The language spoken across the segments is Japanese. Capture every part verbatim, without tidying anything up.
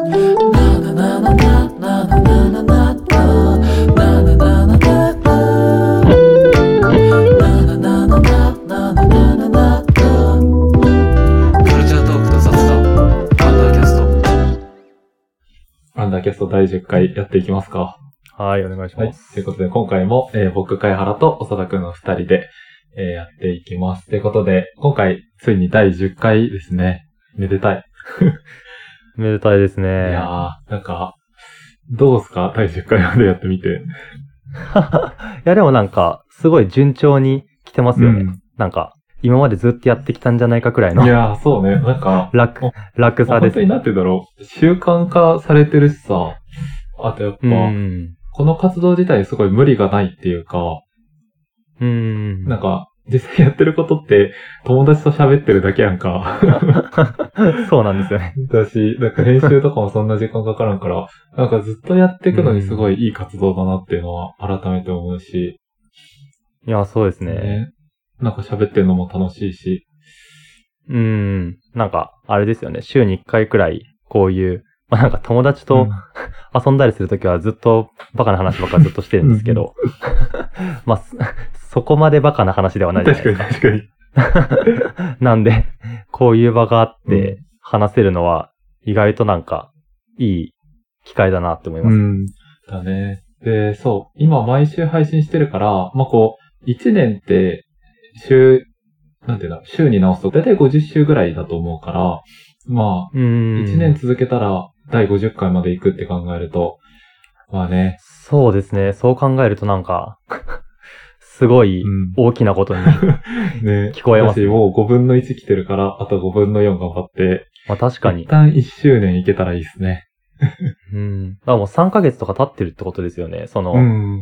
アンダーキャストだいじゅっかいやっていきますか。 はい、お願いします。 はい。ということで、今回も、えー、僕、貝原と長田くんのふたりで、えー、やっていきます。ということで、今回、ついにだいじゅっかいですね。めでたい。 めでたいですね。いやー、なんか、どうですかだいじゅっかいまでやってみて。 いや、でもなんか、すごい順調に来てますよね。うん、なんか、今までずっとやってきたんじゃないかくらいの。 いやー、そうね。なんか、 楽、楽さです、 ね。本当になんて言うんだろう。習慣化されてるしさ、あとやっぱ、うんこの活動自体すごい無理がないっていうか、 うーん。 なんか、実際やってることって友達と喋ってるだけやんか。 そうなんですよね。 だし、なんか編集とかもそんな時間かからんから、なんかずっとやっていくのにすごいいい活動だなっていうのは改めて思うし。 いや、そうですね。 ねなんか喋ってるのも楽しいし。 うーん。なんか、あれですよね。週にいっかいくらい、こういう、まあ、なんか友達と、うん、遊んだりするときはずっとバカな話ばっかりずっとしてるんですけど、まあ、そこまでバカな話ではないじゃないですか。 確かに確かに。なんで、こういう場があって話せるのは意外となんかいい機会だなって思います。 うん。だね。で、そう。今毎週配信してるから、まあ、こう、いちねんって週、なんていうんだ、週に直すとだいたいごじゅっしゅうぐらいだと思うから、まあ、いちねん続けたらだいごじゅっかいまで行くって考えると、まあね。 そうですね。そう考えるとなんか、すごい大きなことに、ね、聞こえます、 ね。私もうごぶんのいち来てるから、あとごぶんのよん頑張って。 まあ確かに。 一旦いっしゅうねんいけたらいいですね。 うん。だからもうさんかげつとか経ってるってことですよね。その、うん、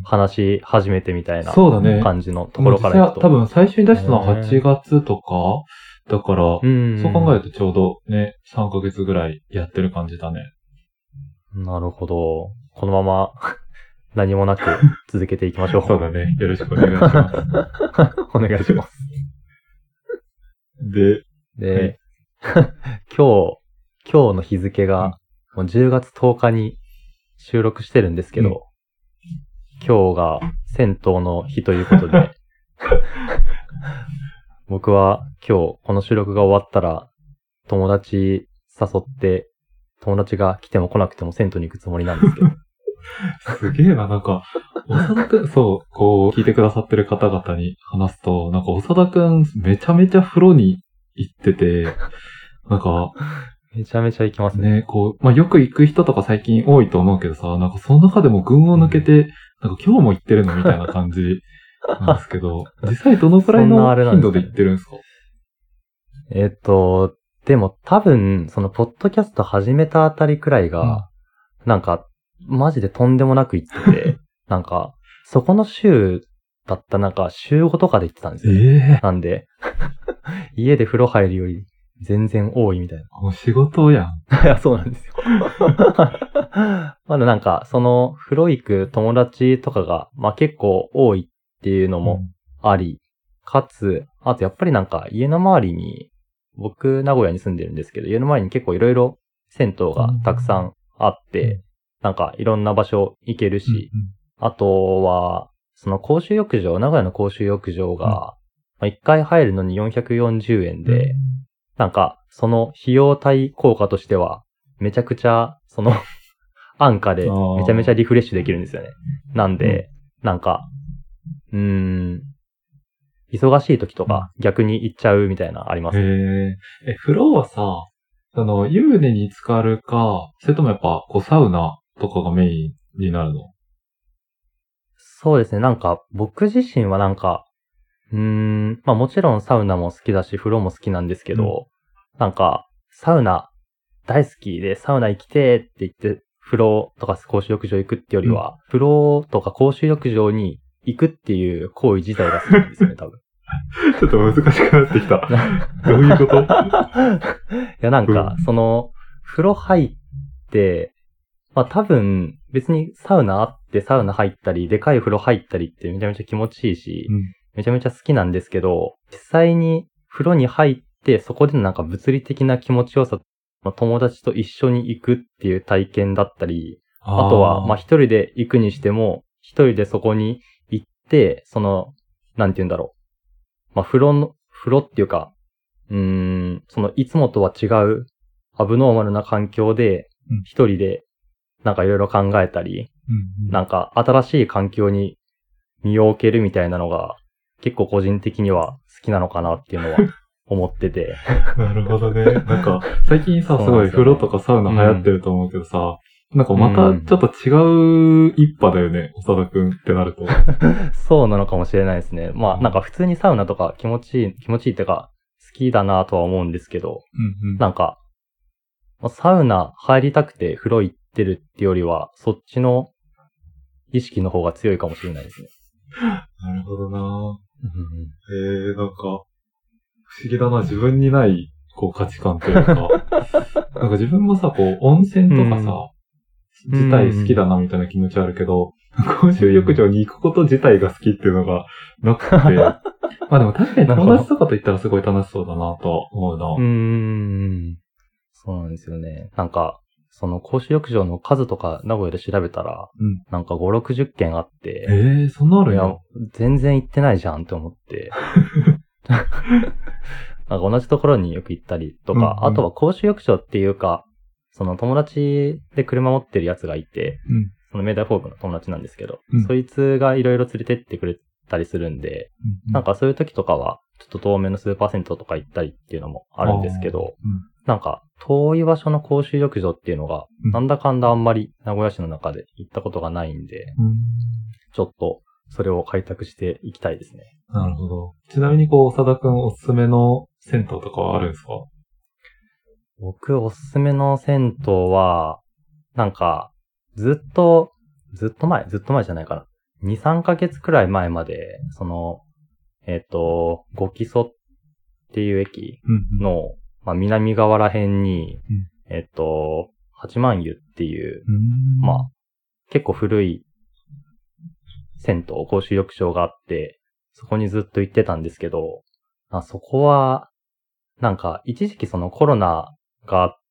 話し始めてみたいな感じのところからいくと。 そうだね。多分最初に出したのははちがつとか、だから、そう考えるとちょうどね、さんかげつぐらいやってる感じだね。 なるほど。このまま何もなく続けていきましょう。 そうだね。よろしくお願いします。 お願いします。 で、 で、はい、今日、今日の日付がもうじゅうがつとおかに収録してるんですけど、うん、今日が銭湯の日ということで、僕は今日この収録が終わったら友達誘って友達が来ても来なくても銭湯に行くつもりなんですけど。 すげえな、なんか、長田くん、そう、こう、聞いてくださってる方々に話すと、なんか長田くんめちゃめちゃ風呂に行ってて、なんか、 めちゃめちゃ行きますね。 ね、こう、まあ、よく行く人とか最近多いと思うけどさ、なんかその中でも群を抜けて、うん、なんか今日も行ってるのみたいな感じなんですけど、実際どのくらいの頻度で行ってるんですか？ えっと、でも多分、そのポッドキャスト始めたあたりくらいが、うん、なんか、マジでとんでもなく行ってて、なんか、そこの週だったなんか週ごとかで行ってたんですよ、ね。 えー、 なんで、家で風呂入るより全然多いみたいな。 もう仕事やん。 いや、そうなんですよ。まだなんか、その、風呂行く友達とかが、まあ結構多いっていうのもあり、うん、かつ、あとやっぱりなんか家の周りに、僕、名古屋に住んでるんですけど、家の周りに結構いろいろ銭湯がたくさんあって、うんなんかいろんな場所行けるし、うんうん、あとは、その公衆浴場、名古屋の公衆浴場が、うんまあ、いっかい入るのによんひゃくよんじゅうえんで、うん、なんかその費用対効果としては、めちゃくちゃ、その、安価でめちゃめちゃリフレッシュできるんですよね。なんで、うん、なんか、うーん、忙しい時とか逆に行っちゃうみたいなあります、ね。 へえ、風呂はさ、その、湯船に浸かるか、それともやっぱ、こう、サウナとかがメインになるの？ そうですね。なんか、僕自身はなんか、うーん、まあもちろんサウナも好きだし、風呂も好きなんですけど、うん、なんか、サウナ大好きで、サウナ行きてーって言って、風呂とか公衆浴場行くってよりは、うん、風呂とか公衆浴場に行くっていう行為自体が好きなんですよね、多分。 ちょっと難しくなってきた。どういうこと？いや、なんか、うん、その、風呂入って、まあ多分、別にサウナあってサウナ入ったり、でかい風呂入ったりってめちゃめちゃ気持ちいいし、うん、めちゃめちゃ好きなんですけど、実際に風呂に入って、そこでのなんか物理的な気持ちよさまあ、友達と一緒に行くっていう体験だったり、あとは、まあ、一人で行くにしても、一人でそこに行って、その、なんて言うんだろう。まあ、風呂の、風呂っていうか、うーん、その、いつもとは違う、アブノーマルな環境で、一人で、なんかいろいろ考えたり、 うんうん、 なんか新しい環境に身を置けるみたいなのが、結構個人的には好きなのかなっていうのは思ってて。 なるほどね。なんか、最近さ、すごい風呂とかサウナ流行ってると思うけどさ、うん、なんかまたちょっと違う一派だよね、長田くんってなると。 そうなのかもしれないですね。まあ、なんか普通にサウナとか気持ちいい、気持ちいいってか、好きだなとは思うんですけど、 うんうん、 なんか、サウナ入りたくて風呂行ってるってよりは、そっちの意識の方が強いかもしれないですね。 なるほどなぁ。 うん、 えー、なんか、不思議だな、自分にない、こう、価値観というか、なんか自分もさ、こう、温泉とかさ、うん、自体好きだなみたいな気持ちあるけど、公衆浴場に行くこと自体が好きっていうのがなくて、まあでも確かに友達とかと行ったらすごい楽しそうだなとは思うな。 うーん。そうなんですよね。なんか、その公衆浴場の数とか名古屋で調べたら、うん、なんかご、ろくじゅっけんあって、 えー、そんなあるんや。 いや、全然行ってないじゃんって思って。なんか同じところによく行ったりとか、うんうん、あとは公衆浴場っていうか、その友達で車持ってるやつがいて、うん、そのメーターフォークの友達なんですけど、うん、そいつがいろいろ連れてってくれたりするんで、うんうん、なんかそういう時とかは、ちょっと遠めのスーパー銭湯とか行ったりっていうのもあるんですけど、うん、なんか遠い場所の公衆浴場っていうのが、うん、なんだかんだあんまり名古屋市の中で行ったことがないんで、うん、ちょっとそれを開拓していきたいですね。 なるほど。ちなみにこう、長田くんおすすめの銭湯とかはあるんですか？ 僕おすすめの銭湯は、なんか、ずっと、ずっと前、ずっと前じゃないかな。に、さんかげつくらい前まで、その、えっと、五木曽っていう駅の、うんうん、まあ、南側ら辺に、うん、えっと、八幡湯っていう、うんまあ、結構古い銭湯、公衆浴場があって、そこにずっと行ってたんですけど、あそこは、なんか、一時期そのコロナがあって、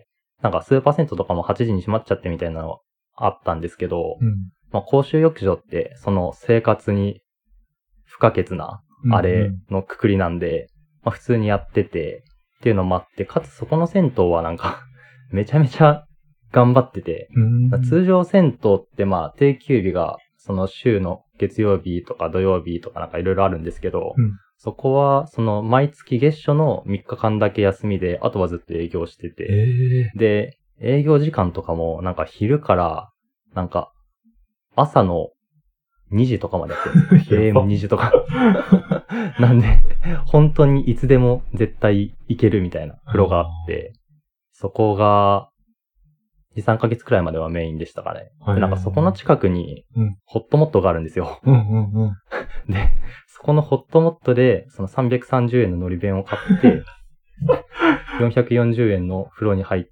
なんかスーパー銭湯とかもはちじに閉まっちゃってみたいなのあったんですけど、うんまあ、公衆浴場ってその生活に不可欠なあれのくくりなんで、うんうんまあ、普通にやっててっていうのもあって、かつそこの銭湯はなんかめちゃめちゃ頑張ってて、うん、通常銭湯ってまあ定休日がその週の月曜日とか土曜日とかなんかいろいろあるんですけど、うんそこは、その、毎月月初のみっかかんだけ休みで、あとはずっと営業してて、えー、で、営業時間とかも、なんか昼から、なんか、朝のにじとかまでやってるんですよ。エーエムにじとか。なんで、本当にいつでも絶対行けるみたいな風呂があって、そこが、に、さんかげつくらいまではメインでしたかね。でなんかそこの近くに、ホットモットがあるんですよ。うんうんうん、で、そこのホットモットで、そのさんびゃくさんじゅうえんののり弁を買って、よんひゃくよんじゅうえんの風呂に入って、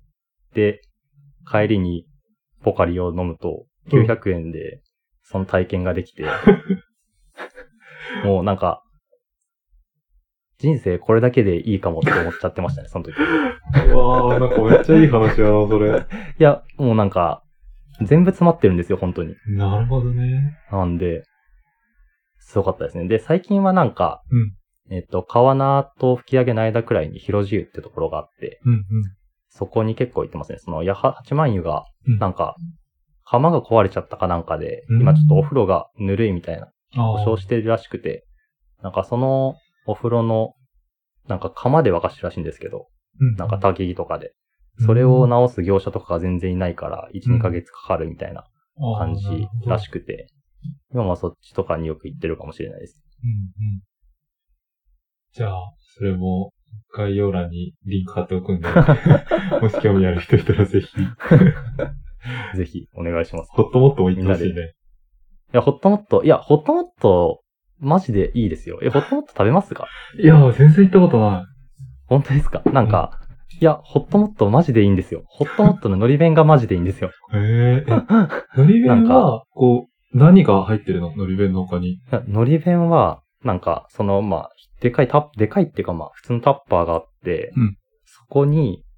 帰りにポカリを飲むときゅうひゃくえんでその体験ができて、もうなんか、人生これだけでいいかもって思っちゃってましたね、その時。 うわー、なんかめっちゃいい話やな、それ。 いや、もうなんか、全部詰まってるんですよ、本当に。 なるほどね。 なんで、すごかったですね。で、最近はなんか、うん、えっと、川名と吹き上げの間くらいに広地湯ってところがあって、うんうん、そこに結構行ってますね。その、やは、八幡湯が、なんか、釜が壊れちゃったかなんかで、うん、今ちょっとお風呂がぬるいみたいな、故障してるらしくて、なんかそのお風呂の、なんか釜で沸かしてるらしいんですけど、うん、なんか焚き木とかで、それを直す業者とかが全然いないから、いち、にかげつかかるみたいな感じらしくて、今はそっちとかによく行ってるかもしれないです。うんうん、 じゃあ、それも概要欄にリンク貼っておくんで、もし興味ある人いたらぜひ。 ぜひお願いします。 ホットモットも行ってほしいね。 いや、ホットモット、いや、ホットモット、マジでいいですよ。え、ホットモット食べますか？ いや、全然行ったことない。 本当ですか？なんか、うん、いや、ホットモットマジでいいんですよ。ホットモットの海苔弁がマジでいいんですよ。 へえ。海苔弁は、こう、何が入ってるの？海苔弁の他に。いや、海苔弁は、なんか、その、まあ、でかいタップ、でかいっていうかまあ、普通のタッパーがあって、うん、そこに、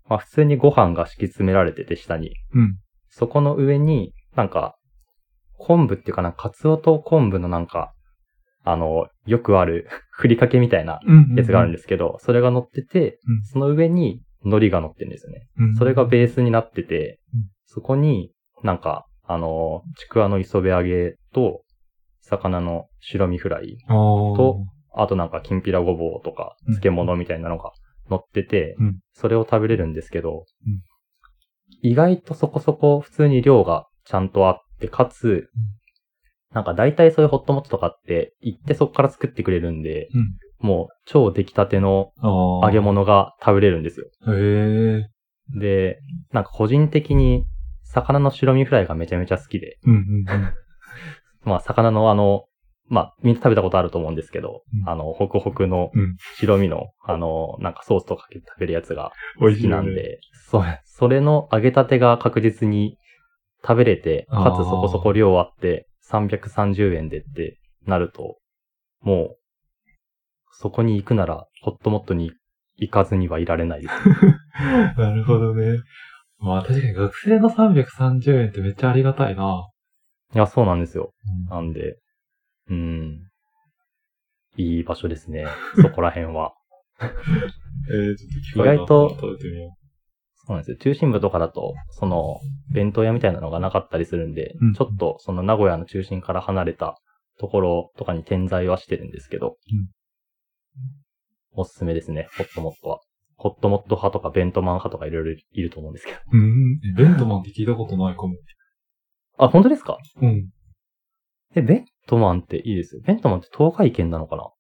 まあ普通にご飯が敷き詰められてて下に。 うん。 そこの上に、なんか、昆布っていうかな、カツオと昆布のなんか、あの、よくあるふりかけみたいなやつがあるんですけど、それが乗ってて、 うん、 その上に海苔が乗ってるんですよね。 うん、 それがベースになってて、 うん、 そこになんか、あの、ちくわの磯辺揚げと、魚の白身フライと、あとなんかきんぴらごぼうとか、漬物みたいなのが乗ってて、うん、それを食べれるんですけど、うん、意外とそこそこ普通に量がちゃんとあって、かつ、うん、なんか大体そういうホットモットとかって行ってそこから作ってくれるんで、うん、もう超出来たての揚げ物が食べれるんですよ。 へー。 で、なんか個人的に魚の白身フライがめちゃめちゃ好きで、 うんうんうん、 まあ魚のあの、まあみんな食べたことあると思うんですけど、うん、あの、ホクホクの白身の、うん、あの、なんかソースとかけて食べるやつが好きなんで、ね、それ、それの揚げたてが確実に食べれて、かつそこそこ量あってさんびゃくさんじゅうえんでってなると、もう、そこに行くならホットモットに行かずにはいられないです。 なるほどね。まあ確かに学生のさんびゃくさんじゅうえんってめっちゃありがたいな。 いや、そうなんですよ。うん、なんで、うーん。いい場所ですね。そこら辺は。 えー、ちょっと機会があったら食べてみよう。 そうなんですよ。中心部とかだと、その、弁当屋みたいなのがなかったりするんで、うん、ちょっとその名古屋の中心から離れたところとかに点在はしてるんですけど、うん、おすすめですね、ホットモットは。ホットモット派とかベントマン派とかいろいろいると思うんですけど。 うん。ベントマンって聞いたことないかも。 あ、本当ですか？ うん。 え、ベントマンっていいですよ。ベントマンって東海圏なのかな？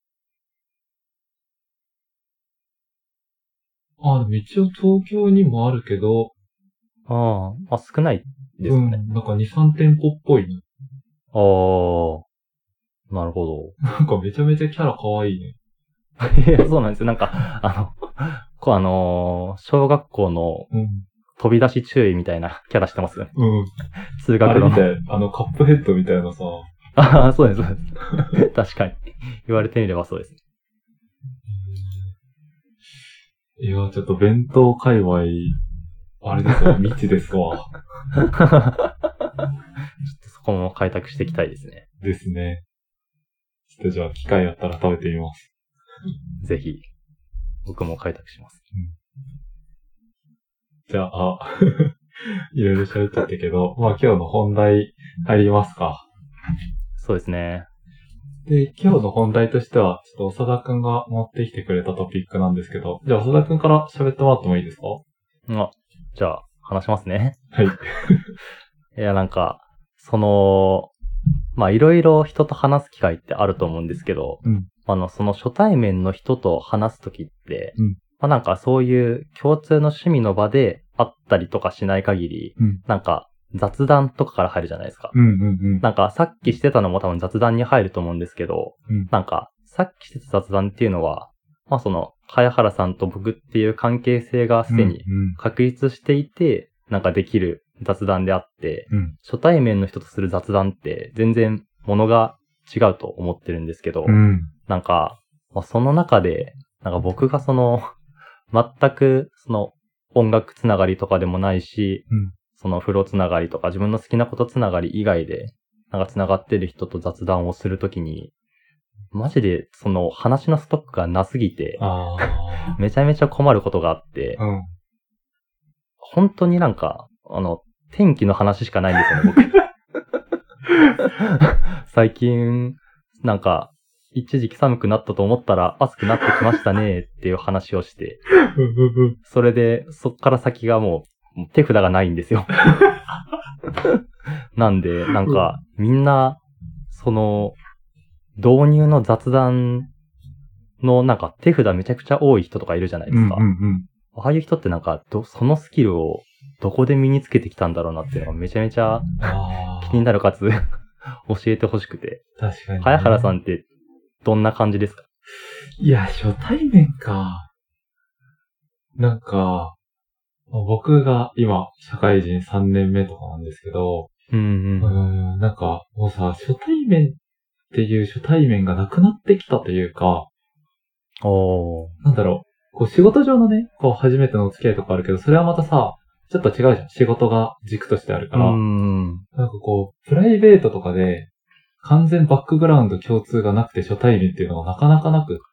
あ、一応東京にもあるけど。 ああ、あ、少ないですかね。 うん、なんかに、さん店舗っぽいね。 ああ、なるほど。 なんかめちゃめちゃキャラ可愛いね。 いや、そうなんですよ。なんか、あの、こうあのー、小学校の飛び出し注意みたいなキャラしてますよね。 うん。 通学の。 あれみたい、あのカップヘッドみたいなさ。 ああ、そうです、そうです。確かに。言われてみればそうです。 いや、ちょっと弁当界隈、あれですわ、未知ですわ。 ちょっとそこも開拓していきたいですね。 ですね。ちょっとじゃあ、機会あったら食べてみます。 ぜひ、僕も開拓します。うん、 じゃあ、あいろいろ喋っちゃったけど、まあ今日の本題入りますか。 そうですね。 で、今日の本題としては、ちょっと長田くんが持ってきてくれたトピックなんですけど、じゃあ長田くんから喋ってもらってもいいですか？ あ、じゃあ、話しますね。 はい。 いや、なんか、その、まあいろいろ人と話す機会ってあると思うんですけど、うん、あの、その初対面の人と話すときって、うん、まあなんかそういう共通の趣味の場であったりとかしない限り、うん、なんか雑談とかから入るじゃないですか。 うんうんうん、 なんかさっきしてたのも多分雑談に入ると思うんですけど、うん、なんかさっきしてた雑談っていうのは、まあその、茅原さんと僕っていう関係性がすでに確立していて、うん、なんかできる雑談であって、うん、初対面の人とする雑談って全然ものが違うと思ってるんですけど、うん、なんか、まあ、その中で、なんか僕がその、全くその音楽つながりとかでもないし、うん、その風呂つながりとか自分の好きなことつながり以外で、なんかつながってる人と雑談をするときに、マジでその話のストックがなすぎて、めちゃめちゃ困ることがあって、うん、本当になんか、あの、天気の話しかないんですよね、僕。最近、なんか、一時期寒くなったと思ったら暑くなってきましたねっていう話をして、それで、そっから先がもう手札がないんですよ。なんで、なんか、みんな、その、導入の雑談のなんか手札めちゃくちゃ多い人とかいるじゃないですか。うんうんうん、ああいう人ってなんかど、そのスキルをどこで身につけてきたんだろうなっていうのがめちゃめちゃ気になるかつ教えてほしくて。 確かに、ね。 茅原さんってどんな感じですか？ いや、初対面か。なんか、僕が今、社会人さんねんめとかなんですけど、うんうん、うーんなんか、もうさ、初対面っていう初対面がなくなってきたというか、おなんだろう、 こう仕事上のね、こう初めてのお付き合いとかあるけど、それはまたさ、ちょっと違うじゃん。仕事が軸としてあるから。 うん。 なんかこう、プライベートとかで、完全バックグラウンド共通がなくて初対面っていうのがなかなかなくって、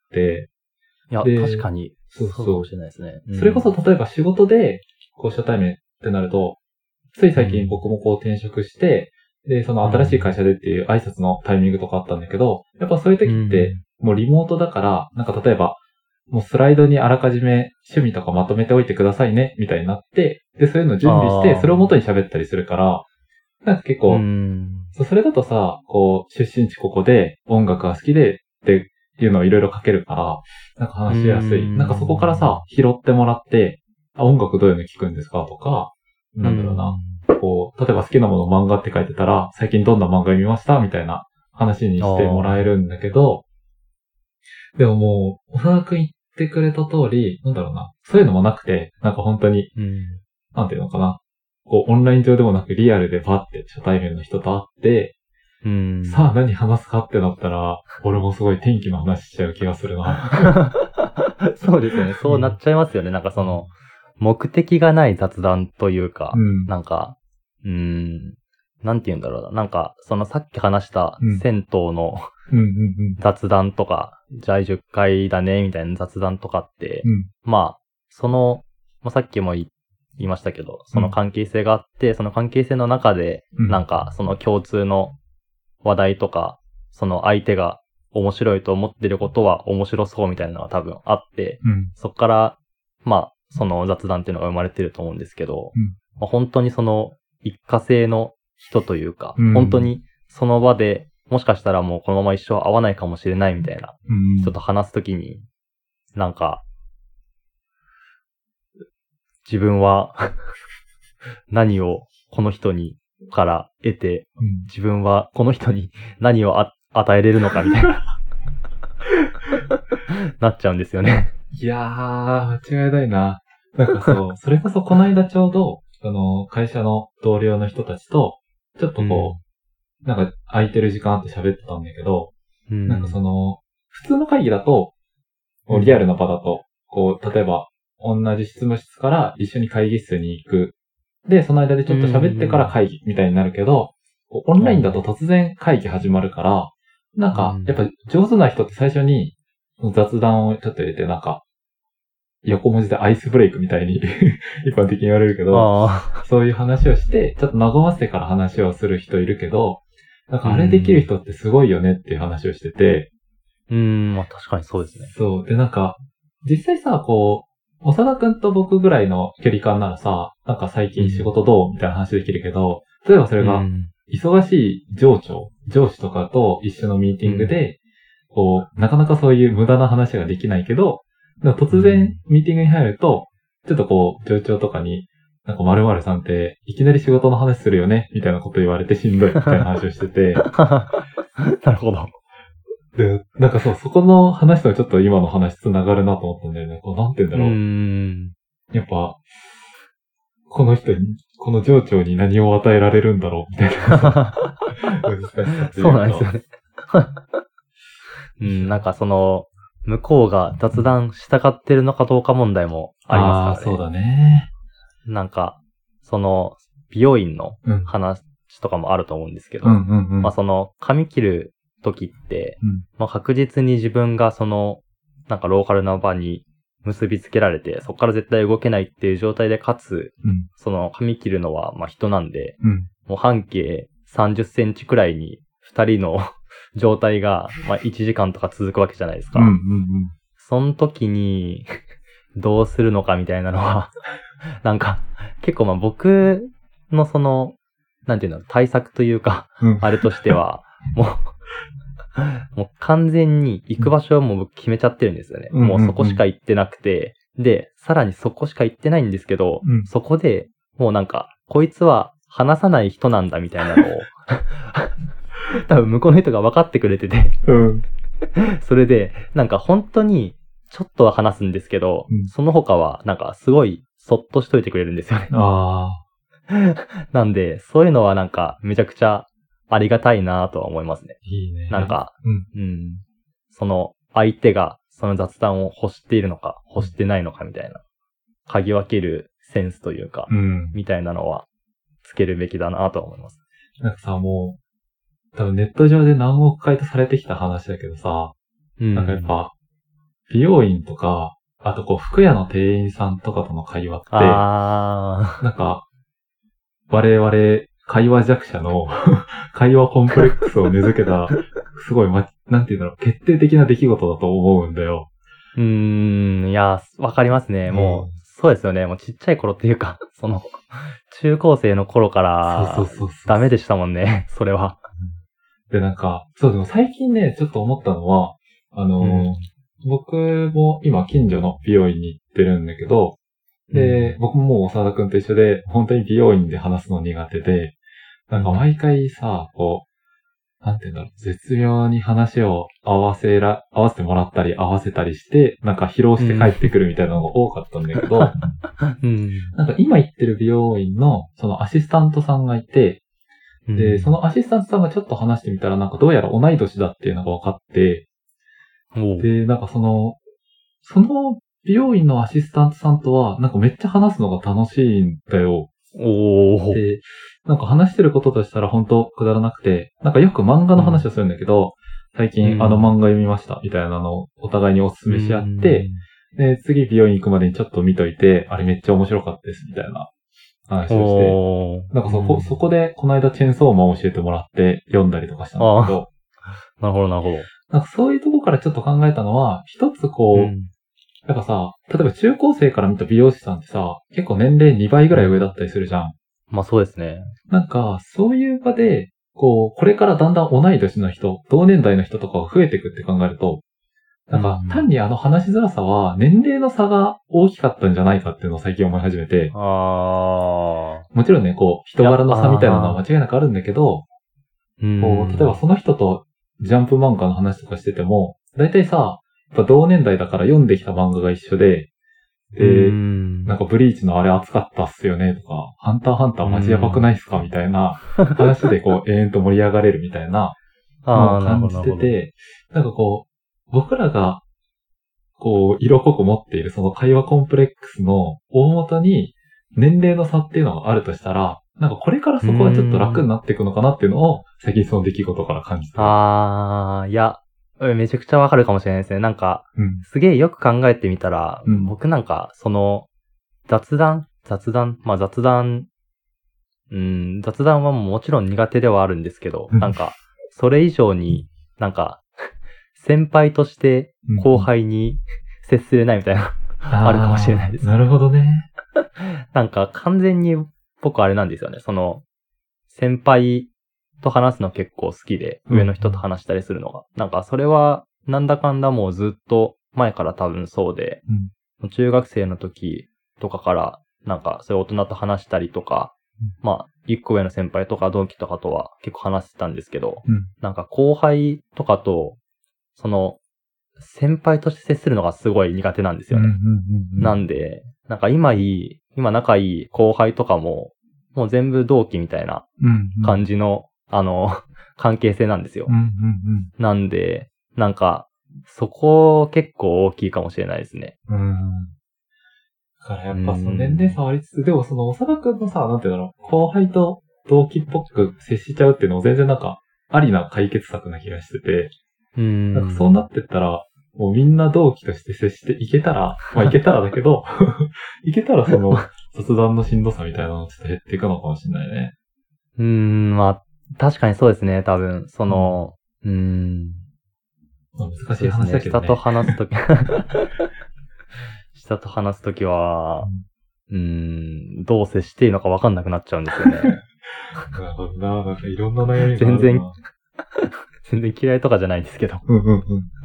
いや、確かに。 そうそう。 そうかもしれないですね。 うん、それこそ例えば仕事で、こう初対面ってなると、つい最近僕もこう転職して、うん、で、その新しい会社でっていう挨拶のタイミングとかあったんだけど、やっぱそういう時って、もうリモートだから、なんか例えば、もうスライドにあらかじめ趣味とかまとめておいてくださいね、みたいになって、で、そういうのを準備して、それを元に喋ったりするから、なんか結構、そそれだとさ、こう、出身地ここで音楽が好きでっていうのをいろいろ書けるから、なんか話しやすい。なんかそこからさ、拾ってもらって、あ、音楽どういうの聞くんですかとか、なんだろうな。こう、例えば好きなもの漫画って書いてたら、最近どんな漫画見ましたみたいな話にしてもらえるんだけど、でももう、長田くん言ってくれた通り、なんだろうな。そういうのもなくて、なんか本当に、なんていうのかな。こう、オンライン上でもなくリアルでパって初対面の人と会って、 うん、 さあ何話すかってなったら、俺もすごい天気の話しちゃう気がするな。 そうですよね。そうなっちゃいますよね。なんかその、目的がない雑談というか、うん、なんか、うーん、なんて言うんだろうな。なんか、そのさっき話した銭湯の、うん、雑談とか、じゃあじゅっかいだね、みたいな雑談とかって、うん、まあ、その、まあ、さっきも言いましたけど、その関係性があって、うん、その関係性の中で、なんか、その共通の話題とか、その相手が面白いと思ってることは面白そうみたいなのが多分あって、うん、そこから、まあ、その雑談っていうのが生まれてると思うんですけど、うんまあ、本当にその一過性の人というか、うん、本当にその場でもしかしたらもうこのまま一生会わないかもしれないみたいな人と話すときに、なんか、自分は何をこの人にから得て、うん、自分はこの人に何をあ与えれるのかみたいななっちゃうんですよね。 いやー、間違いないな。なんかそう、それこそこの間ちょうど、あの、会社の同僚の人たちと、ちょっとこう、うん、なんか空いてる時間あって喋ってたんだけど、うん、なんかその、普通の会議だと、リアルな場だと、こう、例えば、同じ執務室から一緒に会議室に行く。で、その間でちょっと喋ってから会議みたいになるけど、オンラインだと突然会議始まるから、なんか、やっぱ上手な人って最初に雑談をちょっと入れて、なんか、横文字でアイスブレイクみたいに一般的に言われるけど、そういう話をして、ちょっと和ませてから話をする人いるけど、なんかあれできる人ってすごいよねっていう話をしてて。 うーん、まあ確かにそうですね。 そう。で、なんか、実際さ、こう、長田くんと僕ぐらいの距離感ならさ、なんか最近仕事どうみたいな話できるけど、例えばそれが、忙しい上長、上司とかと一緒のミーティングで、こう、なかなかそういう無駄な話ができないけど、でも突然ミーティングに入ると、ちょっとこう、上長とかに、なんか〇〇さんっていきなり仕事の話するよねみたいなこと言われてしんどいみたいな話をしてて。 なるほど。 で、なんかそう、そこの話とはちょっと今の話つながるなと思ったんだよね。こうなんて言うんだろう。うーんやっぱ、この人に、この上長に何を与えられるんだろうみたいな。難しさっていうか。 そうなんですよね。うん、なんかその、向こうが雑談したがってるのかどうか問題もありますからね。 ああ、そうだね。 なんか、その、美容院の話とかもあると思うんですけど、 うんうんうん、 まあその、髪切る時って、うん、まあ確実に自分がその、なんかローカルな場に結びつけられて、そこから絶対動けないっていう状態で、かつ、うん、その髪切るのはまあ人なんで、うん、もう半径さんじゅっセンチくらいに二人の状態が、まあ、いちじかんとか続くわけじゃないですか。 うんうんうん、 その時に、どうするのかみたいなのは、なんか、結構まあ僕のその、なんていうの、対策というか、うん、あれとしては、もう、もう完全に行く場所はもう僕決めちゃってるんですよね。うんうんうん、もうそこしか行ってなくて、で、さらにそこしか行ってないんですけど、うん、そこで、もうなんか、こいつは話さない人なんだみたいなのを、多分向こうの人が分かってくれてて、うん、それでなんか本当にちょっとは話すんですけど、うん、その他はなんかすごいそっとしといてくれるんですよね。 あなんでそういうのはなんかめちゃくちゃありがたいなとは思いますね。 いいね。 なんか、うん、うん、その相手がその雑談を欲しているのか、欲してないのかみたいな、嗅ぎ分けるセンスというか、 うん。 みたいなのは、つけるべきだなとは思います。 なんかさ、もう、多分ネット上で何億回とされてきた話だけどさ、 うん。 なんかやっぱ、美容院とか、あとこう、服屋の店員さんとかとの会話って、 あなんか、我々、会話弱者の会話コンプレックスを根付けた、すごい、ま、なんていうんだろう、決定的な出来事だと思うんだよ。 ー。うーん、いや、わかりますね。もう、 うん、 そうですよね。もうちっちゃい頃っていうか、その、中高生の頃からそうそうそうそう。 ダメでしたもんね、それは。 で、なんか、そう、でも最近ね、ちょっと思ったのは、あのーうん、 僕も今近所の美容院に行ってるんだけど、で、 うん、 僕ももう長田くんと一緒で、本当に美容院で話すの苦手で、なんか毎回さ、こう、なんていうんだろう、絶妙に話を合わせら、合わせてもらったり合わせたりして、なんか疲労して帰ってくるみたいなのが多かったんだけど、 うん、 なんか今行ってる美容院のそのアシスタントさんがいて、で、そのアシスタントさんがちょっと話してみたら、なんかどうやら同い年だっていうのが分かって、 おうで、なんかその、その美容院のアシスタントさんとは、なんかめっちゃ話すのが楽しいんだよ。 おー。 で、なんか話してることとしたら本当くだらなくて、なんかよく漫画の話をするんだけど、最近あの漫画読みましたみたいなのをお互いにお勧めし合って、で、次美容院行くまでにちょっと見といて、あれめっちゃ面白かったですみたいな話をして、なんかそこ、そこでこの間チェーンソーマンを教えてもらって読んだりとかしたんだけど、 なるほどなるほど。 なんかそういうとこからちょっと考えたのは、一つこう、うんなんかさ、例えば中高生から見た美容師さんってさ、結構年齢にばいぐらい上だったりするじゃん。 まあそうですね。 なんか、そういう場で、こう、これからだんだん同い年の人、同年代の人とかが増えていくって考えると、なんか、単にあの話しづらさは、年齢の差が大きかったんじゃないかっていうのを最近思い始めて、 あもちろんね、こう、人柄の差みたいなのは間違いなくあるんだけど、こう、例えばその人とジャンプ漫画の話とかしてても、だいたいさ、やっぱ同年代だから読んできた漫画が一緒で、で、なんかブリーチのあれ熱かったっすよねとか、ハンターハンターマジやばくないっすかみたいな話でこう永遠と盛り上がれるみたいなのを感じてて、なんかこう、僕らがこう、色濃く持っているその会話コンプレックスの大元に年齢の差っていうのがあるとしたら、なんかこれからそこはちょっと楽になっていくのかなっていうのを最近その出来事から感じてる。 ああ、いや、めちゃくちゃわかるかもしれないですね。なんか、うん、すげえよく考えてみたら、うん、僕なんか、その、雑談雑談まあ雑談、うん、雑談はもちろん苦手ではあるんですけど、なんか、それ以上になんか、先輩として後輩に接すれないみたいな、うん、あるかもしれないです。 なるほどね。 なんか、完全に僕あれなんですよね。その、先輩と話すの結構好きで、上の人と話したりするのが。うん、なんかそれは、なんだかんだもうずっと前から多分そうで、うん、中学生の時とかから、なんかそういう大人と話したりとか、うん、まあ、一個上の先輩とか同期とかとは結構話してたんですけど、うん、なんか後輩とかと、その、先輩として接するのがすごい苦手なんですよね。なんで、なんか今いい、今仲いい後輩とかも、もう全部同期みたいな感じの、うんうん、あの、関係性なんですよ。うんうんうん、なんで、なんか、そこ結構大きいかもしれないですね。 うん。だからやっぱその年齢差はありつつ、でもその長田くんのさ、なんていうんだろう、後輩と同期っぽく接しちゃうっていうのも全然なんか、ありな解決策な気がしてて、うんなんかそうなってったら、もうみんな同期として接していけたら、まあいけたらだけど、いけたらその雑談のしんどさみたいなのちょっと減っていくのかもしれないね。 うーん、まあ確かにそうですね、多分。その、うん、うーんまあ、難しい話だけどね。 ね下と話すとき、下と話すときは、うーん、どう接していいのか分かんなくなっちゃうんですよね。 なるほどな、なんかいろんな悩みがあるな。 全然、全然嫌いとかじゃないんですけど。 うんうんうん。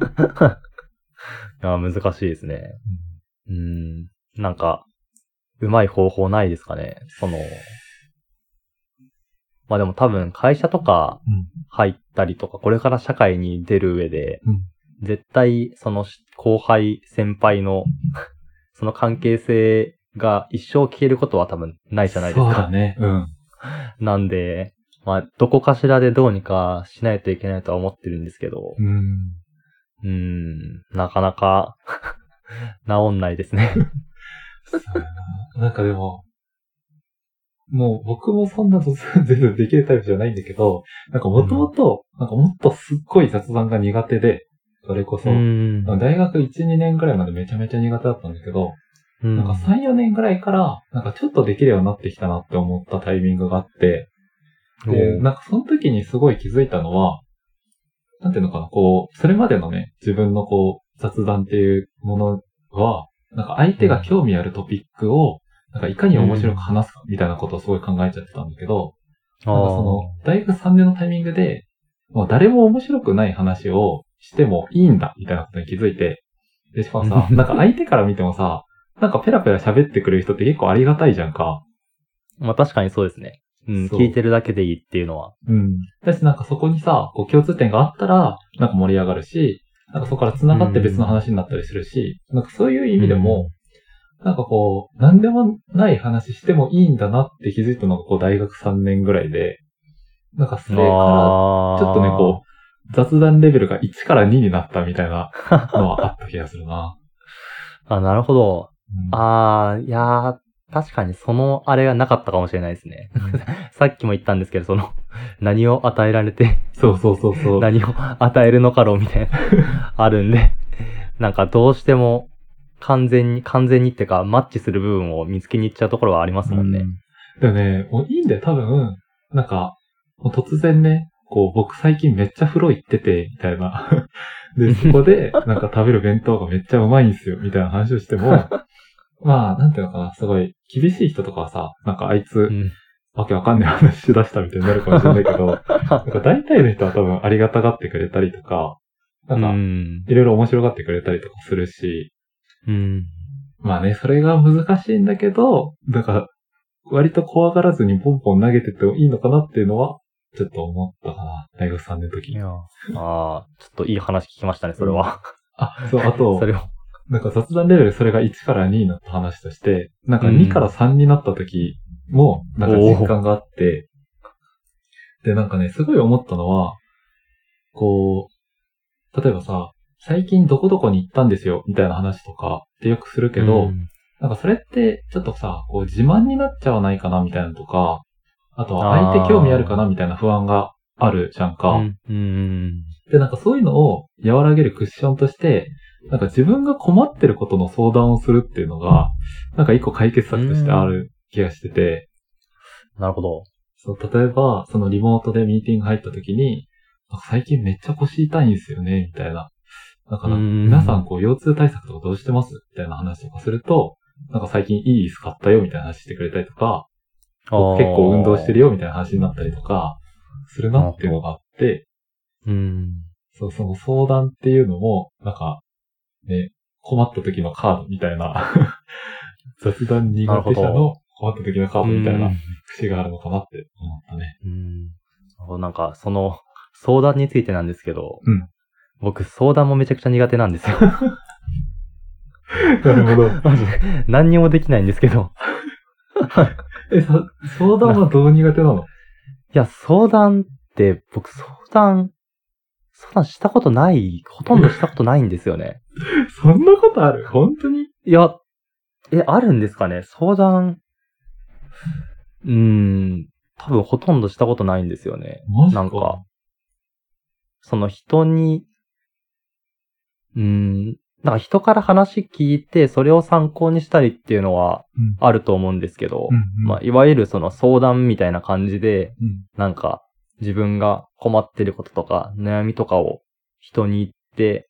いや、難しいですね。うん、うんなんか、うまい方法ないですかね。その、まあでも多分会社とか入ったりとか、これから社会に出る上で、うん、絶対その後輩、先輩のその関係性が一生消えることは多分ないじゃないですか。 そうだね。うん。 なんで、まあどこかしらでどうにかしないといけないとは思ってるんですけど、うんうーん、なかなか治んないですね。 そうやな。なんかでも、もう僕もそんな突然全然できるタイプじゃないんだけど、なんかもともと、なんかもっとすっごい雑談が苦手で、それこそ、 うーん。 大学いち、にねんぐらいまでめちゃめちゃ苦手だったんだけど、 うんなんかさん、よねんぐらいから、なんかちょっとできるようになってきたなって思ったタイミングがあって、で、なんかその時にすごい気づいたのは、なんていうのかな、こう、それまでのね、自分のこう、雑談っていうものは、なんか相手が興味あるトピックを、なんかいかに面白く話すかみたいなことをすごい考えちゃってたんだけど、なんかその、大学さんねんのタイミングで、もう誰も面白くない話をしてもいいんだ、みたいなことに気づいて、で、しかもさ、なんか相手から見てもさ、なんかペラペラ喋ってくれる人って結構ありがたいじゃんか。 まあ確かにそうですね。うん、聞いてるだけでいいっていうのは。 うん。だしなんかそこにさ、こう共通点があったら、なんか盛り上がるし、なんかそこから繋がって別の話になったりするし、なんかそういう意味でも、なんかこう、なんでもない話してもいいんだなって気づいたのがこう大学さんねんぐらいで、なんかそれから、ちょっとね、こう、雑談レベルがいちからにになったみたいなのはあった気がするな。 あ、なるほど。 うん、 あー、いやー、確かにそのあれがなかったかもしれないですね。さっきも言ったんですけど、その、何を与えられて、 そうそうそうそう。 何を与えるのかろうみたいな、あるんで、なんかどうしても完全に、完全にってか、マッチする部分を見つけに行っちゃうところはありますもんね。 うん、でもね、もういいんだよ、多分、なんか、もう突然ね、こう、僕最近めっちゃ風呂行ってて、みたいな。で、そこで、なんか食べる弁当がめっちゃうまいんすよ、みたいな話をしても、まあ、なんていうのかな、すごい、厳しい人とかはさ、なんかあいつ、 うん、 わけわかんない話しだしたみたいになるかもしれないけど、なんか大体の人は多分ありがたがってくれたりとか、なんか、いろいろ面白がってくれたりとかするし、 うん、 まあね、それが難しいんだけど、なんか、割と怖がらずにポンポン投げててもいいのかなっていうのは、ちょっと思ったかな。大学さんねんの時。 いや、ああ、ちょっといい話聞きましたね、それは。 うん、あ、そう、あと、 それを。 なんか雑談レベルそれがいちからにになった話として、なんかにからさんになった時も、なんか実感があって、で、なんかね、すごい思ったのは、こう、例えばさ、最近どこどこに行ったんですよ、みたいな話とかってよくするけど、うん、なんかそれってちょっとさ、こう自慢になっちゃわないかな、みたいなのとか、あとは相手興味あるかな、みたいな不安があるじゃんか。うんうん、で、なんかそういうのを和らげるクッションとして、なんか自分が困ってることの相談をするっていうのが、なんか一個解決策としてある気がしてて。 なるほど。 そう、例えば、そのリモートでミーティング入った時に、最近めっちゃ腰痛いんですよね、みたいな。だから、皆さんこう腰痛対策とかどうしてますみたいな話とかすると、なんか最近いい椅子買ったよ、みたいな話してくれたりとか、結構運動してるよ、みたいな話になったりとか、するなっていうのがあって、 うん、 そう、その相談っていうのも、なんか、ね、困った時のカードみたいな、雑談苦手者の困った時のカードみたいな節があるのかなって思ったね。 うん、なんか、その、相談についてなんですけど、 うん、 僕、相談もめちゃくちゃ苦手なんですよ。 なるほど。 マジで。何にもできないんですけど。 え、さ、相談はどう苦手なの？ いや、相談って、僕、相談、相談したことない、ほとんどしたことないんですよね。 そんなことある？本当に？ いや、え、あるんですかね？相談、うーん、多分ほとんどしたことないんですよね。 マジか。 なんか、その人に、うーん、なんか人から話聞いて、それを参考にしたりっていうのはあると思うんですけど、 うんうん、 まあ、いわゆるその相談みたいな感じで、 うん、 なんか自分が困ってることとか悩みとかを人に言って、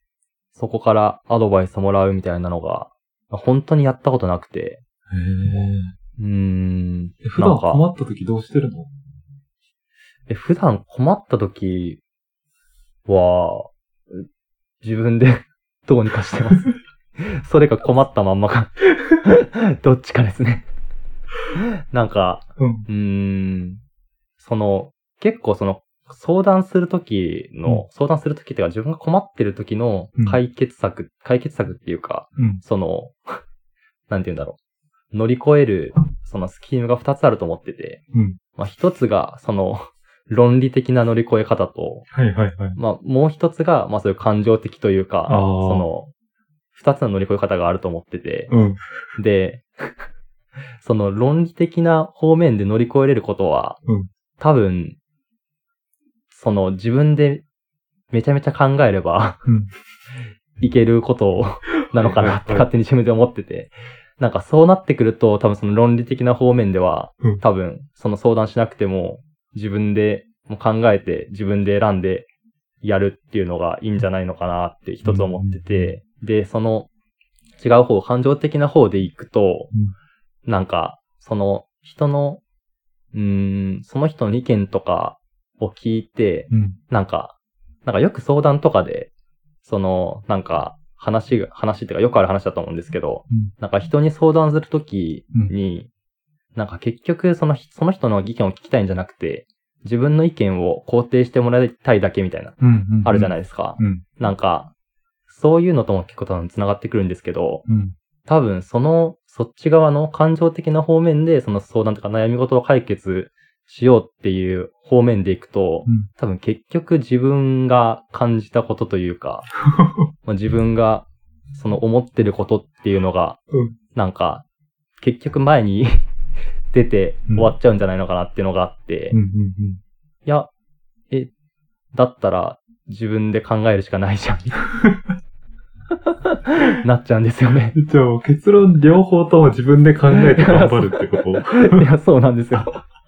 そこからアドバイスもらうみたいなのが、本当にやったことなくて。 へー。 うーん。 普段困った時どうしてるの？ え、普段困った時は、自分でどうにかしてます。それが困ったまんまか。どっちかですね。なんか、うん、うーん、その、結構その、相談するときの、うん、相談するときっていうか自分が困ってるときの解決策、うん、解決策っていうか、うん、その、なんて言うんだろう。乗り越える、そのスキームが二つあると思ってて、うん、まあ一つが、その、 論理的な乗り越え方と、 はいはいはい。 まあ、もう一つが、まあそういう感情的というか、 あーその、二つの乗り越え方があると思ってて、 うん。 で、その論理的な方面で乗り越えれることは、 うん多分、その自分でめちゃめちゃ考えれば、 うんいけることなのかなってはいはいはい勝手に自分で思ってて、なんかそうなってくると多分その論理的な方面では、 うん多分その相談しなくても自分でもう考えて自分で選んでやるっていうのがいいんじゃないのかなって一つ思ってて、で、その違う方、感情的な方でいくと、なんかその人の、うーん、その人の意見とかを聞いて、 うん。 なんか、なんかよく相談とかで、その、なんか、話が、話っていうかよくある話だと思うんですけど、 うんなんか人に相談するときに、なんか結局その、その人の意見を聞きたいんじゃなくて、自分の意見を肯定してもらいたいだけみたいな、 うんうん。 あるじゃないい。 ですか。 うん。 なんか、そういうのとも結構多分繋がってくるんですけど、 うん。 多分その、そっち側の感情的な方面でその相談とか悩み事を解決しようっていう方面でいくと、 うん。 多分結局自分が感じたことというか、まあ自分がその思ってることっていうのが、 うん。 なんか結局前に出て終わっちゃうんじゃないのかなっていうのがあって、 うん。うん。 いや、え、だったら自分で考えるしかないじゃん、みたいな、なっちゃうんですよね。 じゃあ結論両方とも自分で考えて頑張るってこといや、そうなんですよ。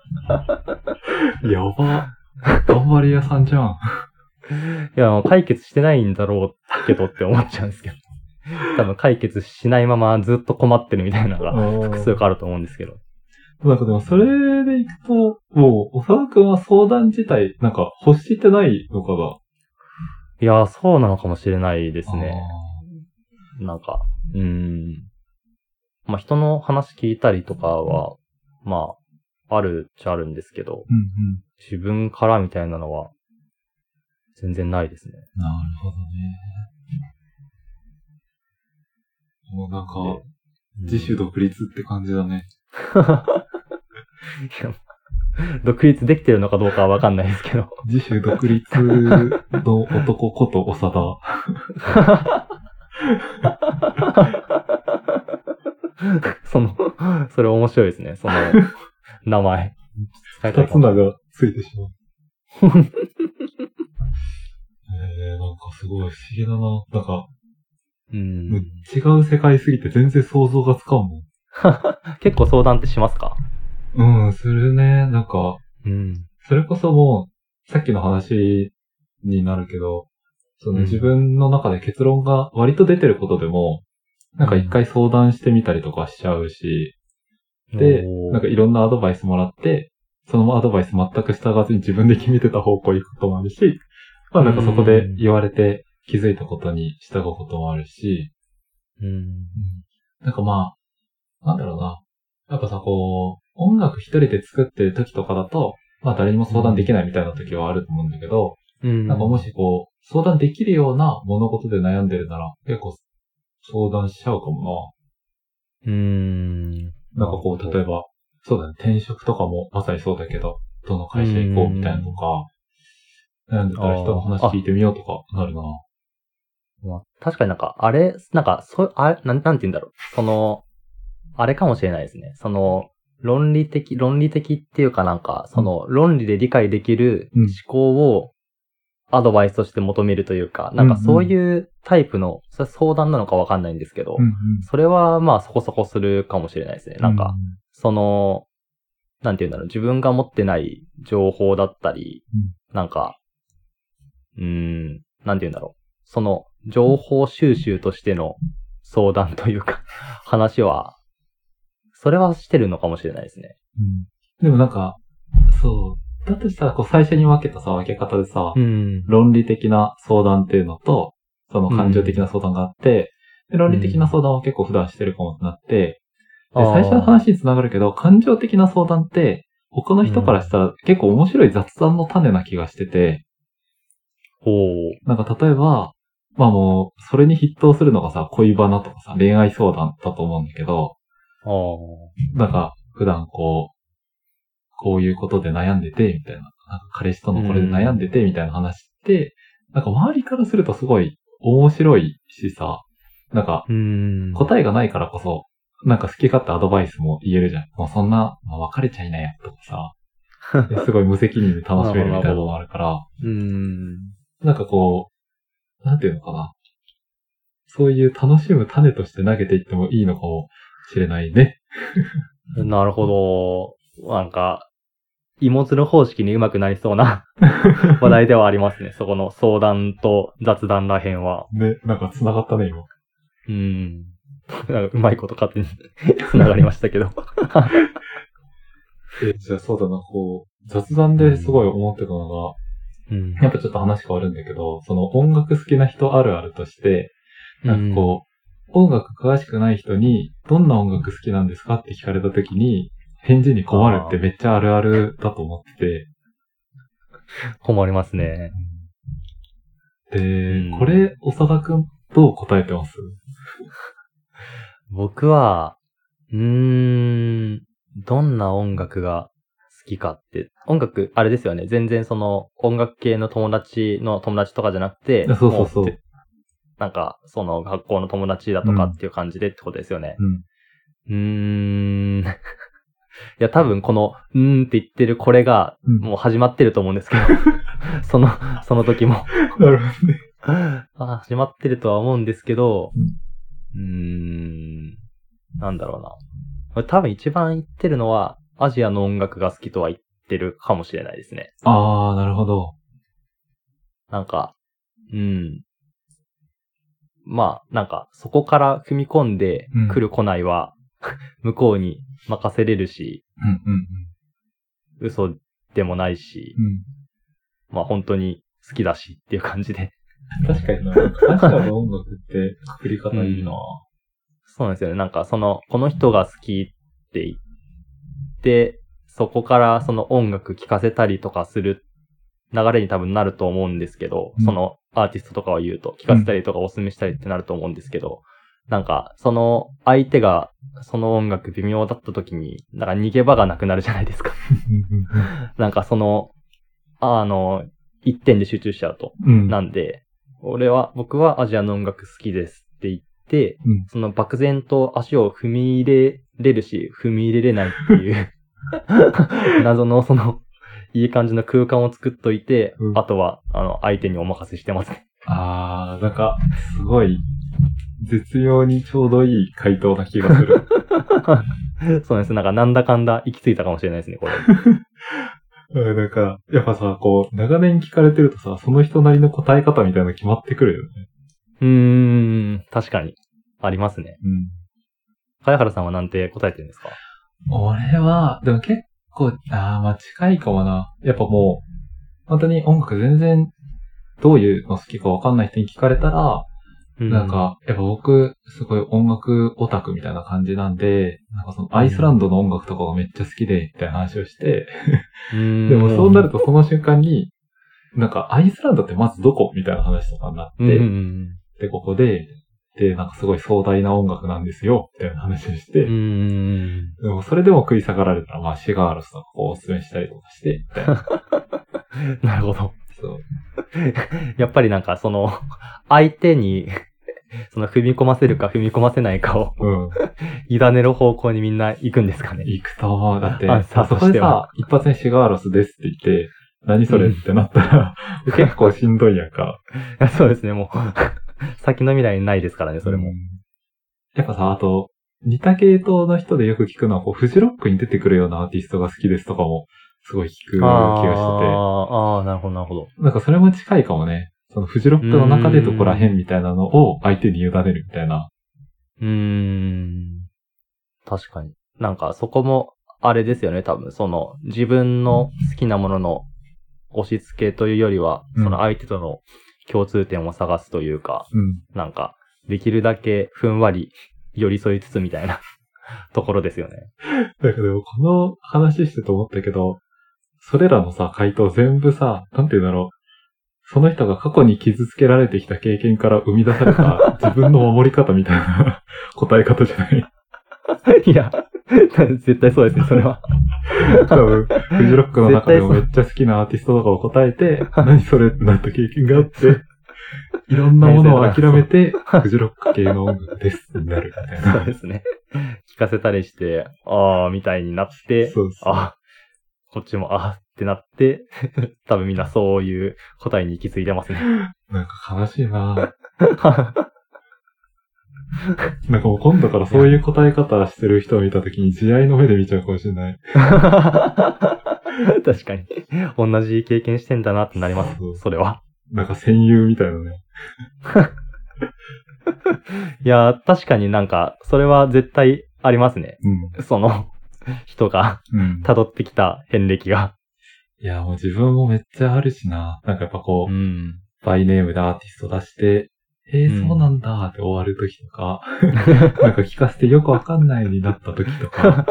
やば。頑張り屋さんじゃん。 いや、もう解決してないんだろうけどって思っちゃうんですけど。多分解決しないままずっと困ってるみたいなのが複数あると思うんですけど。 なんかでもそれでいくと、もう、長田くんは相談自体、なんか欲してないのかが。 いや、そうなのかもしれないですね。 あなんか、うーん。まあ、人の話聞いたりとかは、まあ、あるっちゃあるんですけど、 ーうんうん。 自分からみたいなのは、全然ないですね。 なるほどね。もうなんか、自主独立って感じだね。 いや独立できてるのかどうかはわかんないですけど。 自主独立の男こと長田。 その、それ面白いですね。その、名前。使いたいかも二つ名がついてしまう。えー、なんかすごい不思議だな。なんか、 うんもう違う世界すぎて全然想像がつかんもん。 結構相談ってしますか？ うん、するね。なんか、 うん。 それこそもう、さっきの話になるけど、そのうん自分の中で結論が割と出てることでも、なんか一回相談してみたりとかしちゃうし、で、 おーなんかいろんなアドバイスもらって、そのアドバイス全く従わずに自分で決めてた方向行くこともあるし、まあなんかそこで言われて気づいたことに従うこともあるし、 うん。 なんかまあ、なんだろうな。やっぱさ、こう、音楽一人で作ってる時とかだと、まあ誰にも相談できないみたいな時はあると思うんだけど、 うん。 なんかもしこう、相談できるような物事で悩んでるなら、結構相談しちゃうかもうーん。 な。なんかこう、例えば、そうだね、転職とかもまさにそうだけど、どの会社行こうみたいなとか、悩んでたら人の話聞いてみようとかなるな。 まあ、確かになんか、あれ、なんか、そう、あれ、なん、なんて言うんだろう。その、あれかもしれないですね。その、論理的、論理的っていうかなんか、その、論理で理解できるうん思考をアドバイスとして求めるというか、なんかそういうタイプの、それ相談なのかわかんないんですけど、 うんうん。 それはまあそこそこするかもしれないですね。なんか、その、なんて言うんだろう、自分が持ってない情報だったり、 うんなんか、うーん、なんて言うんだろう。その、情報収集としての相談というか、話は、それはしてるのかもしれないですね。 うん。でもなんか、そう。だとしたら、こう最初に分けたさ、分け方でさ、 うん。 論理的な相談っていうのと、その感情的な相談があって、で論理的な相談は結構普段してるかもってなって、で、最初の話につながるけど、感情的な相談って、他の人からしたら結構面白い雑談の種な気がしてて、 ほう。 なんか例えば、まあもう、それに筆頭するのがさ、恋バナとかさ、恋愛相談だと思うんだけど、 ああ。 なんか、普段こう、こういうことで悩んでて、みたいななんか彼氏とのこれで悩んでてみたいな話って、なんか周りからするとすごい面白いしさ、なんか答えがないからこそ、なんか好き勝手アドバイスも言えるじゃん。もうそんな、まあ、別れちゃいなよとかさ、すごい無責任で楽しめるみたいなのもあるから、 うん。 なんかこう、なんていうのかな。そういう楽しむ種として投げていってもいいのかもしれないね。 なるほど。なんか、芋づる方式にうまくなりそうな話題ではありますね。そこの相談と雑談らへんは。 ね、なんか繋がったね、今。 うん。なんかうまいこと勝手に繋がりましたけど。 え、じゃあそうだな、こう、雑談ですごい思ってたのが、うん、やっぱちょっと話変わるんだけど、その音楽好きな人あるあるとして、なんかこう、うん、音楽詳しくない人に、どんな音楽好きなんですかって聞かれたときに、返事に困るってめっちゃあるあるだと思ってて。 困りますね。 で、うん、これ、長田くんどう答えてます？ 僕は、うーん、どんな音楽が好きかって、音楽、あれですよね。全然その音楽系の友達の友達とかじゃなくて、 そうそうそう。 なんか、その学校の友達だとかっていう感じでってことですよね。うん。うーん。いや、多分この、うーんって言ってるこれが、もう始まってると思うんですけど、うん、その、その時も。 なるほどね。 あ、始まってるとは思うんですけど、うーん、なんだろうな。多分一番言ってるのは、アジアの音楽が好きとは言ってるかもしれないですね。 あー、なるほど。 なんか、うん。まあ、なんか、そこから踏み込んで来る来ないは、うん、向こうに任せれるし、 うんうんうん、嘘でもないし、うん、まあ本当に好きだしっていう感じで。 確かにな、アジアの音楽って作り方いいな、うん、 そうなんですよね。なんかその、この人が好きって言って、そこからその音楽聴かせたりとかする流れに多分なると思うんですけど、うん、そのアーティストとかを言うと、聴かせたりとかおすすめしたりってなると思うんですけど、うん、なんか、その相手がその音楽微妙だった時に、なんか逃げ場がなくなるじゃないですか。なんかその、あの、一点で集中しちゃうと。うん、なんで、俺は、僕はアジアの音楽好きですって言って、うん、その漠然と足を踏み入れれるし、踏み入れれないっていう謎のその、いい感じの空間を作っといて、うん、あとは、あの、相手にお任せしてますね。 あー、なんか、すごい、絶妙にちょうどいい回答な気がする。 そうです。なんか、なんだかんだ行き着いたかもしれないですね、これ。 なんか、やっぱさ、こう、長年聞かれてるとさ、その人なりの答え方みたいなの決まってくるよね。 うーん、確かに。ありますね。うん。茅原さんはなんて答えてるんですか？ 俺は、でも結構、あー、まあ近いかもな。やっぱもう、本当に音楽全然、どういうの好きかわかんない人に聞かれたら、うん、なんか、やっぱ僕、すごい音楽オタクみたいな感じなんで、なんかそのアイスランドの音楽とかがめっちゃ好きで、みたいな話をして、うん、でもそうなるとその瞬間に、なんかアイスランドってまずどこみたいな話とかになって、うん、で、ここで、で、なんかすごい壮大な音楽なんですよ、みたいな話をして、うん、でもそれでも食い下がられたら、まあシガールスとかこうおすすめしたりとかして、みたいな。 なるほど。そう。やっぱりなんかその、相手に、その踏み込ませるか踏み込ませないかを、うん、委ねる方向にみんな行くんですかね。 行くと思う。だって、そこでさ、一発目シガーロスですって言って、何それってなったら、うん、結構しんどいやんか。 そうですね、もう、先の未来ないですからね、それも。うん、 やっぱさ、あと、似た系統の人でよく聞くのは、こう、フジロックに出てくるようなアーティストが好きですとかも、すごい聞く気がしてて。 ああ、なるほど、なるほど。 なんかそれも近いかもね。そのフジロックの中でどこら辺みたいなのを相手に委ねるみたいな。 うーん。確かに。なんかそこも、あれですよね、多分。その、自分の好きなものの押し付けというよりは、うん、その相手との共通点を探すというか、うん、なんか、できるだけふんわり寄り添いつつみたいなところですよね。 だけど、この話してて思ったけど、それらのさ、回答全部さ、なんて言うんだろう。その人が過去に傷つけられてきた経験から生み出された自分の守り方みたいな答え方じゃない？ いや、 絶対そうですね、それは。 多分、フジロックの中でもめっちゃ好きなアーティストとかを答えて、何それってなった経験があって、いろんなものを諦めて、フジロック系の音楽ですってなるみたいな。 そうですね。聞かせたりして、あーみたいになって、 そうそう、 あこっちもあーってなって、多分みんなそういう答えに行き着いてますね。 なんか悲しいななんかもう今度からそういう答え方してる人を見たときに慈愛の目で見ちゃうかもしれない。 確かに。同じ経験してんだなってなります。そ, それは。 なんか戦友みたいなね。 いや、確かになんか、それは絶対ありますね。うん、その、人が、辿ってきた遍歴が。 いや、もう自分もめっちゃあるしな。なんかやっぱこう、うん、バイネームでアーティスト出して、えー、そうなんだって終わるときとか、うん、なんか聞かせてよくわかんないになったときとか。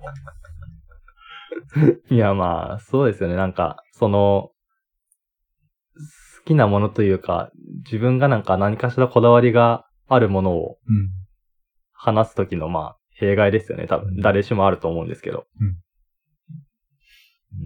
いや、まあ、そうですよね。なんか、その、好きなものというか、自分がなんか何かしらこだわりがあるものを話すときの、まあ、弊害ですよね。多分、誰しもあると思うんですけど。うん。 うん、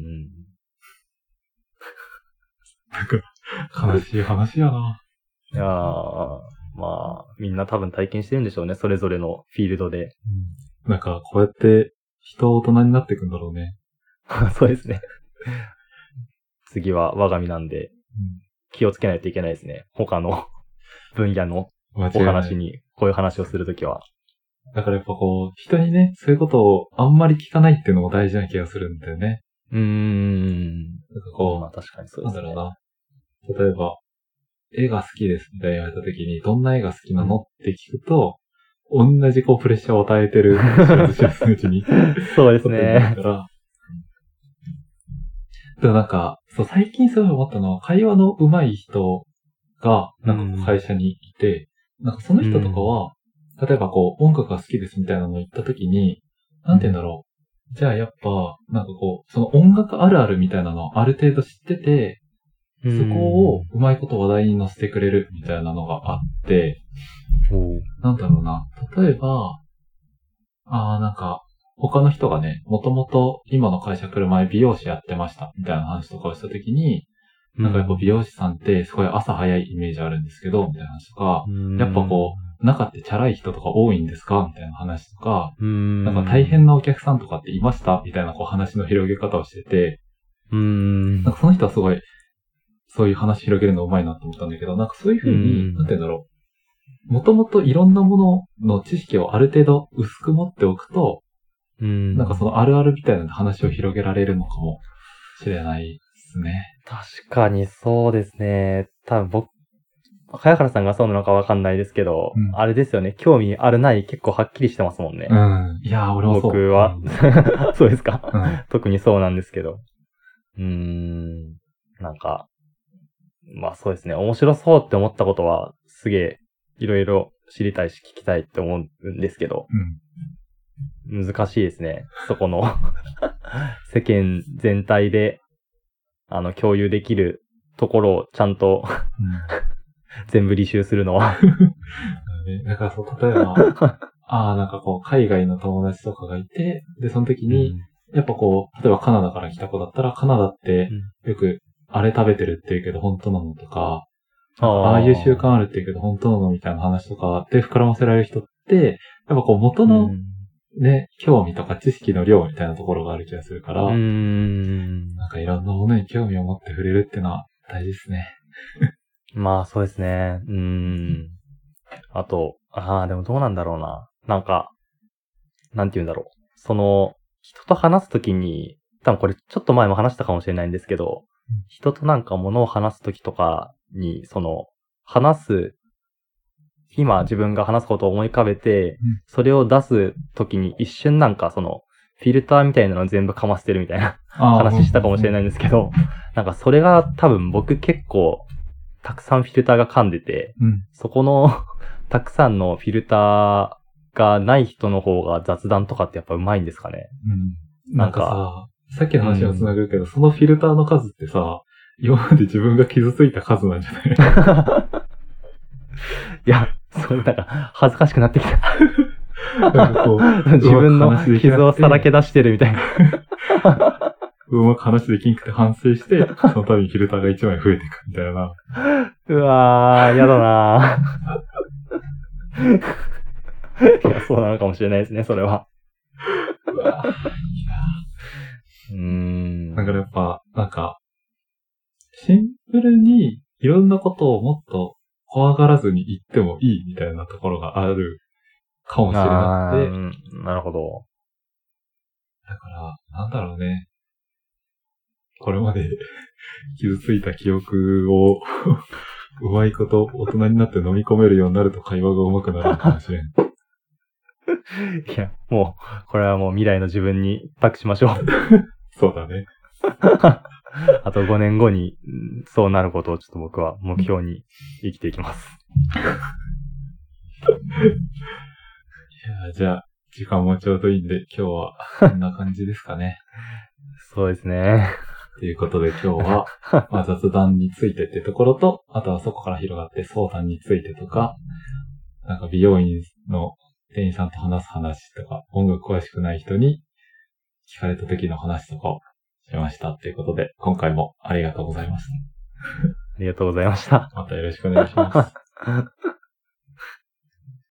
なんか、悲しい話やな。 いやー、まあ、みんな多分体験してるんでしょうね。それぞれのフィールドで。 うん、なんか、こうやって人大人になっていくんだろうね。 そうですね。次は我が身なんで、気をつけないといけないですね。他の分野のお話に、こういう話をするときは。 だからやっぱこう、人にね、そういうことをあんまり聞かないっていうのも大事な気がするんだよね。 うーん。 なんかこう、 まあ確かにそうですね。 なんだろうな。例えば、絵が好きですみたいに言われたときに、どんな絵が好きなのって聞くと、同じこうプレッシャーを与えてる、知らず知らずのうちに。 そうですね。 だから、でもなんか、そう、最近すごい思ったのは、会話の上手い人が、なんか会社にいて、うん、なんかその人とかは、うん、例えばこう、音楽が好きですみたいなのを言ったときに、なんて言うんだろう。じゃあやっぱ、なんかこう、その音楽あるあるみたいなのをある程度知ってて、そこをうまいこと話題に乗せてくれるみたいなのがあって、なんだろうな。例えば、あーなんか、他の人がね、もともと今の会社来る前美容師やってましたみたいな話とかをしたときに、なんかやっぱ美容師さんってすごい朝早いイメージあるんですけど、みたいな話とか、やっぱこう、中ってチャラい人とか多いんですかみたいな話とか、なんか大変なお客さんとかっていましたみたいなこう話の広げ方をしてて、なんかその人はすごい、そういう話広げるのうまいなと思ったんだけど、なんかそういうふうに、なんて言うんだろう。もともといろんなものの知識をある程度薄く持っておくと、うんなんかそのあるあるみたいな話を広げられるのかもしれないですね。 確かにそうですね。多分僕、早原さんがそうなのかわかんないですけど、うん、あれですよね。興味あるない結構はっきりしてますもんね。 うん。いやー、俺もそう。 僕は。うん、そうですか、うん。特にそうなんですけど。うーん。なんか、まあそうですね。面白そうって思ったことはすげえいろいろ知りたいし聞きたいって思うんですけど。うん難しいですね。そこの世間全体であの共有できるところをちゃんと、うん、全部履修するのはなんかそう、例えば、ああ、なんかこう、海外の友達とかがいて、で、その時に、うん、やっぱこう、例えばカナダから来た子だったら、カナダってよく、あれ食べてるって言うけど本当なのとか、あ, ああいう習慣あるって言うけど本当なのみたいな話とかで膨らませられる人って、やっぱこう元の、うんね、興味とか知識の量みたいなところがある気がするから、うーんなんかいろんなものに興味を持って触れるっていうのは大事ですね。 まあそうですね。うーん。あと、ああ、でもどうなんだろうな。なんか、なんて言うんだろう。その、人と話すときに、多分これちょっと前も話したかもしれないんですけど、うん、人となんか物を話すときとかに、その、話す、今自分が話すことを思い浮かべて、うん、それを出すときに一瞬なんかその、フィルターみたいなのを全部かましてるみたいな話したかもしれないんですけど、なんかそれが多分僕結構たくさんフィルターが噛んでて、うん、そこのたくさんのフィルターがない人の方が雑談とかってやっぱ上手いんですかね。 うん、なんかさ、さっきの話をつなぐけど、うん、そのフィルターの数ってさ、今まで自分が傷ついた数なんじゃないいや、それなんか恥ずかしくなってきた。 なんかこう、 自分のうまく話できなくて傷をさらけ出してるみたいな。 うまく話できんくて反省して、その度にフィルターがいちまい増えていくみたいな。 うわー、やだなー。いや、そうなのかもしれないですね、それは。 うわぁうーん。 だからやっぱ、なんか、シンプルにいろんなことをもっと怖がらずに言ってもいいみたいなところがあるかもしれなくて。 あーなるほど。 だから、なんだろうね。これまで傷ついた記憶をうまいこと大人になって飲み込めるようになると会話が上手くなるのかもしれん。 いや、もう、これはもう未来の自分に託しましょう。 そうだね。 あとごねんごにうんそうなることをちょっと僕は目標に生きていきます。 いや、じゃあ、時間もちょうどいいんで、今日はこんな感じですかね。 そうですね。 ということで今日は、まあ、雑談についてってところと、あとはそこから広がって相談についてとか、なんか美容院の店員さんと話す話とか、音楽詳しくない人に聞かれた時の話とかをしましたということで、今回もありがとうございました。 ありがとうございました。 またよろしくお願いします。